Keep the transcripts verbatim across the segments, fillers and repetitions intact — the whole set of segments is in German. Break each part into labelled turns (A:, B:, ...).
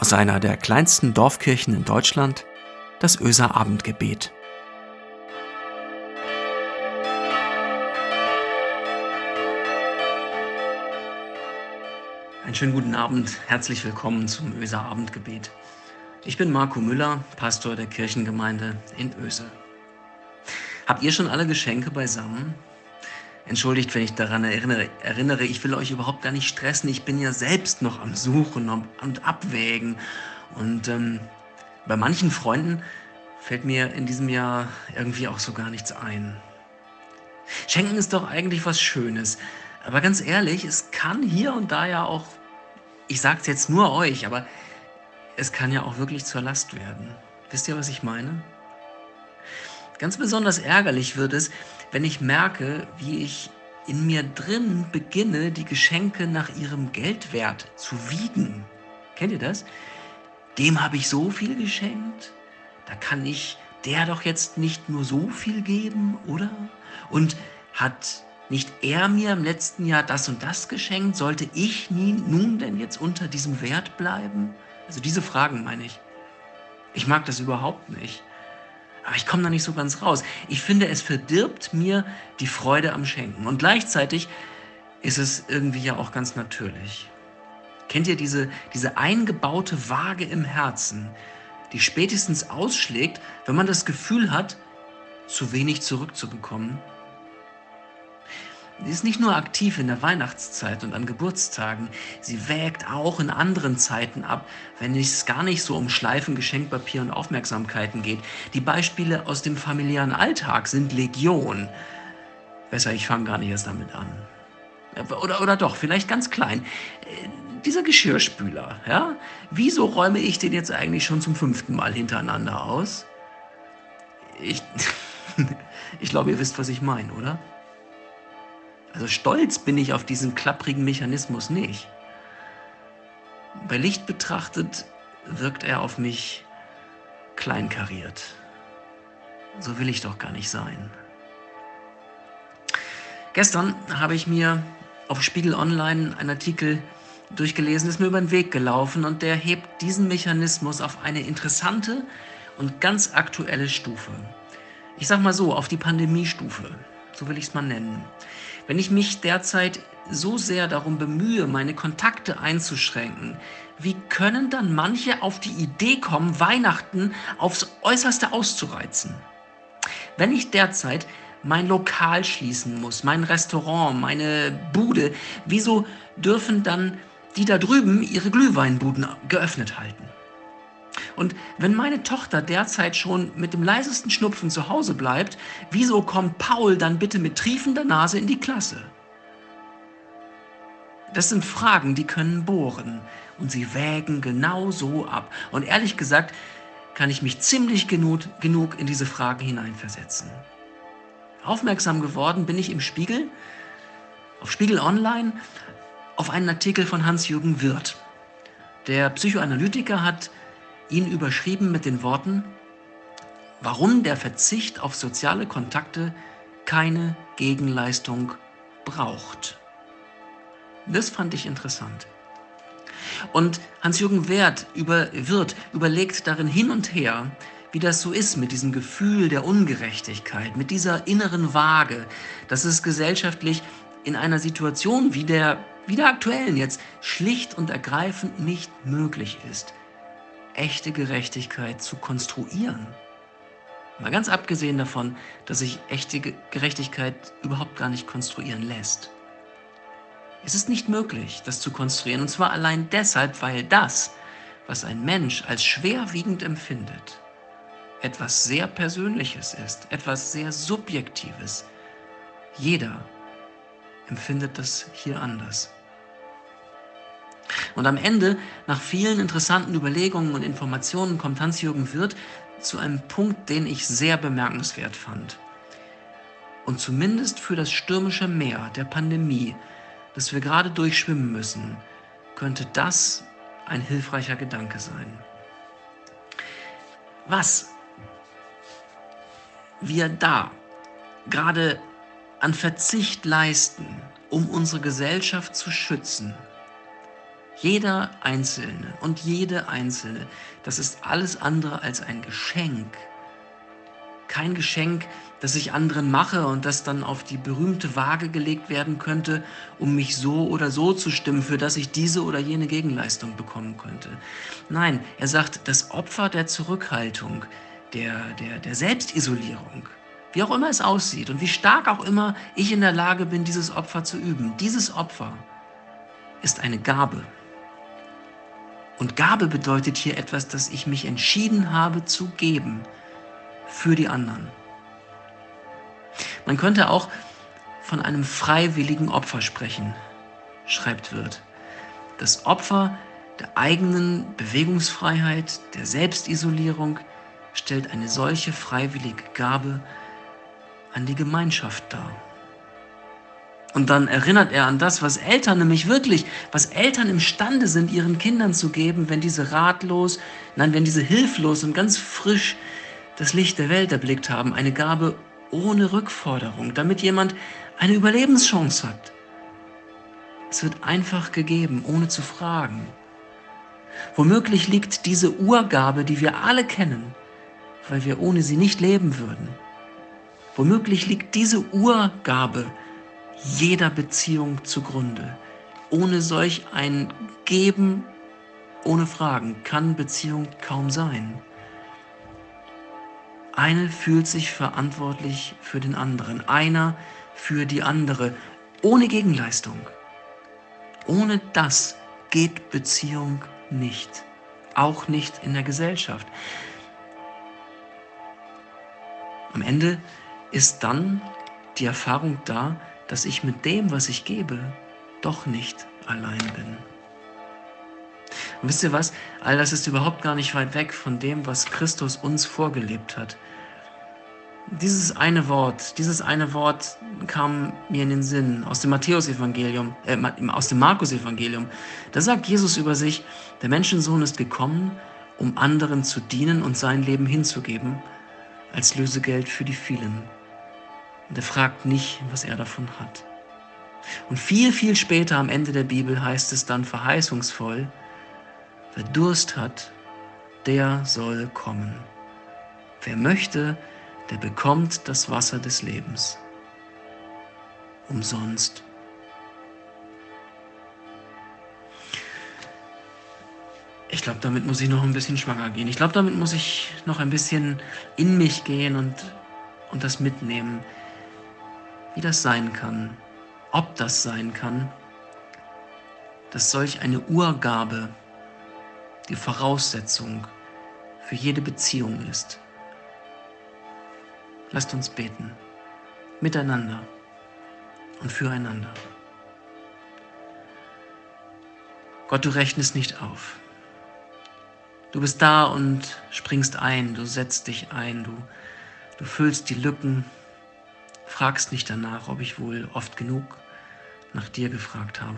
A: aus einer der kleinsten Dorfkirchen in Deutschland, das Oeser Abendgebet. Einen schönen guten Abend, herzlich willkommen zum Oeser Abendgebet. Ich bin Marco Müller, Pastor der Kirchengemeinde in Oese. Habt ihr schon alle Geschenke beisammen? Entschuldigt, wenn ich daran erinnere, erinnere, ich will euch überhaupt gar nicht stressen. Ich bin ja selbst noch am Suchen und Abwägen. Und ähm, bei manchen Freunden fällt mir in diesem Jahr irgendwie auch so gar nichts ein. Schenken ist doch eigentlich was Schönes. Aber ganz ehrlich, es kann hier und da ja auch, ich sag's jetzt nur euch, aber es kann ja auch wirklich zur Last werden. Wisst ihr, was ich meine? Ganz besonders ärgerlich wird es, wenn ich merke, wie ich in mir drin beginne, die Geschenke nach ihrem Geldwert zu wiegen. Kennt ihr das? Dem habe ich so viel geschenkt, da kann ich der doch jetzt nicht nur so viel geben, oder? Und hat nicht er mir im letzten Jahr das und das geschenkt? Sollte ich nie, nun denn jetzt unter diesem Wert bleiben? Also diese Fragen meine ich. Ich mag das überhaupt nicht. Aber ich komme da nicht so ganz raus. Ich finde, es verdirbt mir die Freude am Schenken. Und gleichzeitig ist es irgendwie ja auch ganz natürlich. Kennt ihr diese, diese eingebaute Waage im Herzen, die spätestens ausschlägt, wenn man das Gefühl hat, zu wenig zurückzubekommen? Sie ist nicht nur aktiv in der Weihnachtszeit und an Geburtstagen, sie wägt auch in anderen Zeiten ab, wenn es gar nicht so um Schleifen, Geschenkpapier und Aufmerksamkeiten geht. Die Beispiele aus dem familiären Alltag sind Legion. Besser, ich fange gar nicht erst damit an. Oder, oder doch, vielleicht ganz klein. Dieser Geschirrspüler, ja? Wieso räume ich den jetzt eigentlich schon zum fünften Mal hintereinander aus? Ich, ich glaube, ihr wisst, was ich meine, oder? Also stolz bin ich auf diesen klapprigen Mechanismus nicht. Bei Licht betrachtet wirkt er auf mich kleinkariert. So will ich doch gar nicht sein. Gestern habe ich mir auf Spiegel Online einen Artikel durchgelesen, ist mir über den Weg gelaufen und der hebt diesen Mechanismus auf eine interessante und ganz aktuelle Stufe. Ich sag mal so, auf die Pandemiestufe. So will ich es mal nennen. Wenn ich mich derzeit so sehr darum bemühe, meine Kontakte einzuschränken, wie können dann manche auf die Idee kommen, Weihnachten aufs Äußerste auszureizen? Wenn ich derzeit mein Lokal schließen muss, mein Restaurant, meine Bude, wieso dürfen dann die da drüben ihre Glühweinbuden geöffnet halten? Und wenn meine Tochter derzeit schon mit dem leisesten Schnupfen zu Hause bleibt, wieso kommt Paul dann bitte mit triefender Nase in die Klasse? Das sind Fragen, die können bohren und sie wägen genau so ab. Und ehrlich gesagt kann ich mich ziemlich genug, genug in diese Fragen hineinversetzen. Aufmerksam geworden bin ich im Spiegel, auf Spiegel Online, auf einen Artikel von Hans-Jürgen Wirth. Der Psychoanalytiker hat ihn überschrieben mit den Worten: Warum der Verzicht auf soziale Kontakte keine Gegenleistung braucht. Das fand ich interessant. Und Hans-Jürgen Wirth, über, Wirth überlegt darin hin und her, wie das so ist mit diesem Gefühl der Ungerechtigkeit, mit dieser inneren Waage, dass es gesellschaftlich in einer Situation wie der, wie der aktuellen jetzt schlicht und ergreifend nicht möglich ist, echte Gerechtigkeit zu konstruieren. Mal ganz abgesehen davon, dass sich echte Gerechtigkeit überhaupt gar nicht konstruieren lässt. Es ist nicht möglich, das zu konstruieren, und zwar allein deshalb, weil das, was ein Mensch als schwerwiegend empfindet, etwas sehr Persönliches ist, etwas sehr Subjektives. Jeder empfindet das hier anders. Und am Ende, nach vielen interessanten Überlegungen und Informationen, kommt Hans-Jürgen Wirth zu einem Punkt, den ich sehr bemerkenswert fand. Und zumindest für das stürmische Meer der Pandemie, das wir gerade durchschwimmen müssen, könnte das ein hilfreicher Gedanke sein. Was wir da gerade an Verzicht leisten, um unsere Gesellschaft zu schützen, Jeder Einzelne und jede Einzelne, das ist alles andere als ein Geschenk. Kein Geschenk, das ich anderen mache und das dann auf die berühmte Waage gelegt werden könnte, um mich so oder so zu stimmen, für das ich diese oder jene Gegenleistung bekommen könnte. Nein, er sagt, das Opfer der Zurückhaltung, der, der, der Selbstisolierung, wie auch immer es aussieht und wie stark auch immer ich in der Lage bin, dieses Opfer zu üben, dieses Opfer ist eine Gabe. Und Gabe bedeutet hier etwas, das ich mich entschieden habe zu geben für die anderen. Man könnte auch von einem freiwilligen Opfer sprechen, schreibt Wirth. Das Opfer der eigenen Bewegungsfreiheit, der Selbstisolierung stellt eine solche freiwillige Gabe an die Gemeinschaft dar. Und dann erinnert er an das, was Eltern nämlich wirklich, was Eltern imstande sind, ihren Kindern zu geben, wenn diese ratlos, nein, wenn diese hilflos und ganz frisch das Licht der Welt erblickt haben. Eine Gabe ohne Rückforderung, damit jemand eine Überlebenschance hat. Es wird einfach gegeben, ohne zu fragen. Womöglich liegt diese Urgabe, die wir alle kennen, weil wir ohne sie nicht leben würden. Womöglich liegt diese Urgabe jeder Beziehung zugrunde. Ohne solch ein Geben, ohne Fragen, kann Beziehung kaum sein. Eine fühlt sich verantwortlich für den anderen, einer für die andere, ohne Gegenleistung. Ohne das geht Beziehung nicht, auch nicht in der Gesellschaft. Am Ende ist dann die Erfahrung da, dass ich mit dem, was ich gebe, doch nicht allein bin. Und wisst ihr was? All das ist überhaupt gar nicht weit weg von dem, was Christus uns vorgelebt hat. Dieses eine Wort, dieses eine Wort kam mir in den Sinn aus dem Matthäus-Evangelium, äh, aus dem Markus-Evangelium. Da sagt Jesus über sich: Der Menschensohn ist gekommen, um anderen zu dienen und sein Leben hinzugeben, als Lösegeld für die vielen. Und er fragt nicht, was er davon hat. Und viel, viel später am Ende der Bibel heißt es dann verheißungsvoll: Wer Durst hat, der soll kommen. Wer möchte, der bekommt das Wasser des Lebens. Umsonst. Ich glaube, damit muss ich noch ein bisschen schwanger gehen. Ich glaube, damit muss ich noch ein bisschen in mich gehen und, und das mitnehmen, wie das sein kann, ob das sein kann, dass solch eine Urgabe die Voraussetzung für jede Beziehung ist. Lasst uns beten, miteinander und füreinander. Gott, du rechnest nicht auf. Du bist da und springst ein, du setzt dich ein, du, du füllst die Lücken, fragst nicht danach, ob ich wohl oft genug nach dir gefragt habe.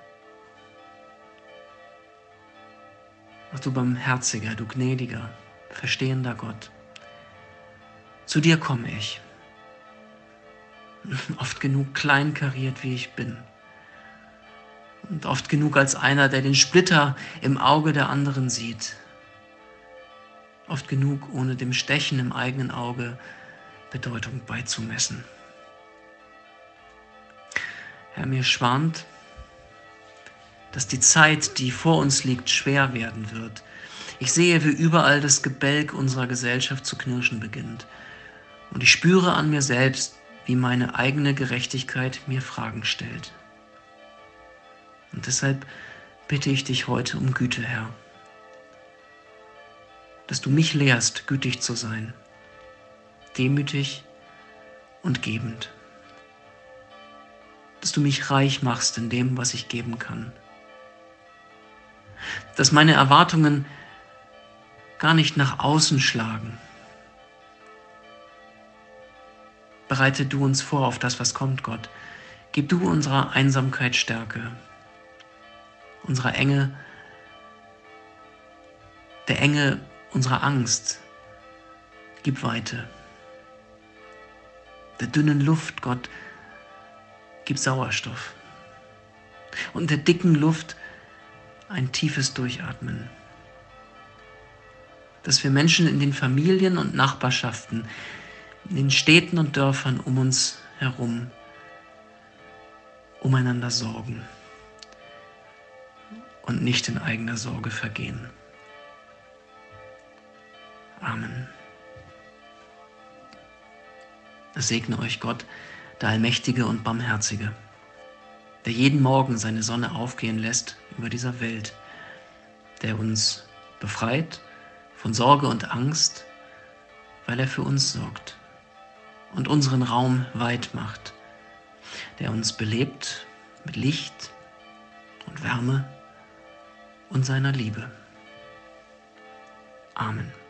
A: Ach du barmherziger, du gnädiger, verstehender Gott, zu dir komme ich, oft genug kleinkariert, wie ich bin. Und oft genug als einer, der den Splitter im Auge der anderen sieht. Oft genug, ohne dem Stechen im eigenen Auge Bedeutung beizumessen. Herr, mir schwant, dass die Zeit, die vor uns liegt, schwer werden wird. Ich sehe, wie überall das Gebälk unserer Gesellschaft zu knirschen beginnt. Und ich spüre an mir selbst, wie meine eigene Gerechtigkeit mir Fragen stellt. Und deshalb bitte ich dich heute um Güte, Herr, dass du mich lehrst, gütig zu sein, demütig und gebend. Dass du mich reich machst in dem, was ich geben kann. Dass meine Erwartungen gar nicht nach außen schlagen. Bereite du uns vor auf das, was kommt, Gott. Gib du unserer Einsamkeit Stärke, unserer Enge, der Enge unserer Angst. Gib Weite. Der dünnen Luft, Gott, gib Sauerstoff. Und der dicken Luft ein tiefes Durchatmen. Dass wir Menschen in den Familien und Nachbarschaften, in den Städten und Dörfern um uns herum umeinander sorgen und nicht in eigener Sorge vergehen. Amen. Es segne euch Gott, der Allmächtige und Barmherzige, der jeden Morgen seine Sonne aufgehen lässt über dieser Welt, der uns befreit von Sorge und Angst, weil er für uns sorgt und unseren Raum weit macht, der uns belebt mit Licht und Wärme und seiner Liebe. Amen.